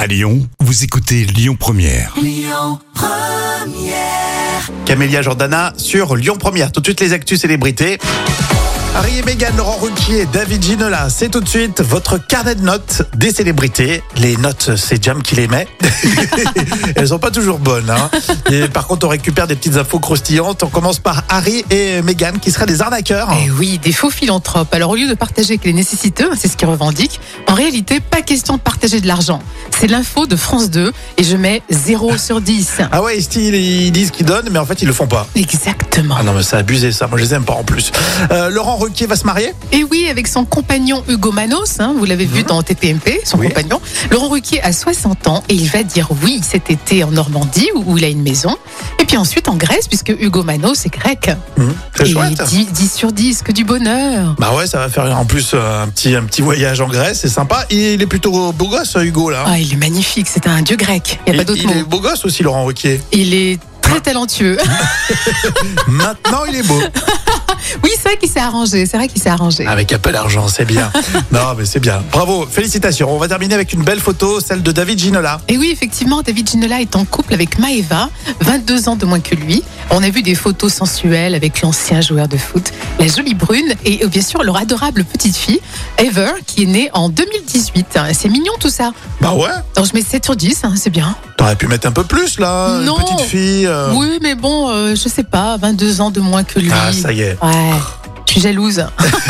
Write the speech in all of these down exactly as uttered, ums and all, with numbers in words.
À Lyon, vous écoutez Lyon Première. Lyon Première. Camélia Jordana sur Lyon Première. Tout de suite les actus célébrités. Harry et Meghan, Laurent Ruquier, David Ginola, c'est tout de suite votre carnet de notes des célébrités. Les notes, c'est Jam qui les met. Elles sont pas toujours bonnes, hein. Et par contre, on récupère des petites infos croustillantes. On commence par Harry et Meghan, qui seraient des arnaqueurs. Eh oui, des faux philanthropes. Alors au lieu de partager avec les nécessiteux, c'est ce qu'ils revendiquent, en réalité, pas question de partager de l'argent. C'est l'info de France deux et je mets zéro sur dix. Ah ouais, ils, ils disent qu'ils donnent, mais en fait, ils le font pas. Exactement. Ah non, mais c'est abusé ça. Moi, je les aime pas en plus. Euh, Laurent Ruquier va se marier ? Et oui, avec son compagnon Hugo Manos, hein, vous l'avez vu Mmh. dans T P M P, son Oui. compagnon. Laurent Ruquier a soixante ans et il va dire oui cet été en Normandie où, où il a une maison. Et puis ensuite en Grèce, puisque Hugo Manos est grec. Mmh, c'est Et chouette. dix, dix sur dix, que du bonheur. Bah ouais, ça va faire en plus euh, un petit, un petit voyage en Grèce, c'est sympa. Il est plutôt beau gosse, Hugo, là. Ah, il est magnifique, c'est un dieu grec. Il n'y a Et pas d'autre il mot. est beau gosse aussi, Laurent Ruquier. Il est très talentueux. Maintenant, il est beau. Oui, c'est vrai qu'il s'est arrangé. C'est vrai qu'il s'est arrangé. Avec un peu d'argent, c'est bien. Non, mais c'est bien. Bravo, félicitations. On va terminer avec une belle photo, celle de David Ginola. Et oui, effectivement, David Ginola est en couple avec Maëva, vingt-deux ans de moins que lui. On a vu des photos sensuelles avec l'ancien joueur de foot, la jolie brune, et bien sûr leur adorable petite fille, Ever, qui est née en deux mille dix-huit. C'est mignon tout ça. Bah ouais, Alors je mets sept sur dix, hein, c'est bien. t'aurais pu mettre un peu plus, là. Non. Une petite fille. euh. Oui, mais bon, euh, je sais pas, vingt-deux ans de moins que lui. Ah, ça y est. Ouais, je suis jalouse.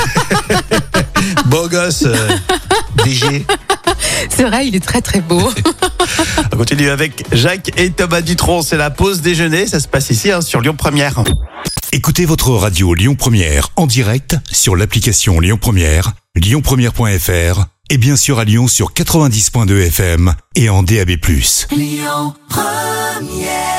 Beau gosse. euh, D G. C'est vrai, il est très très beau. On continue avec Jacques et Thomas Dutronc. C'est la pause déjeuner. Ça se passe ici, hein, sur Lyon Première. Écoutez votre radio Lyon Première en direct sur l'application Lyon Première, lyon première point f r et bien sûr à Lyon sur quatre-vingt-dix point deux F M et en D A B plus. Lyon Première.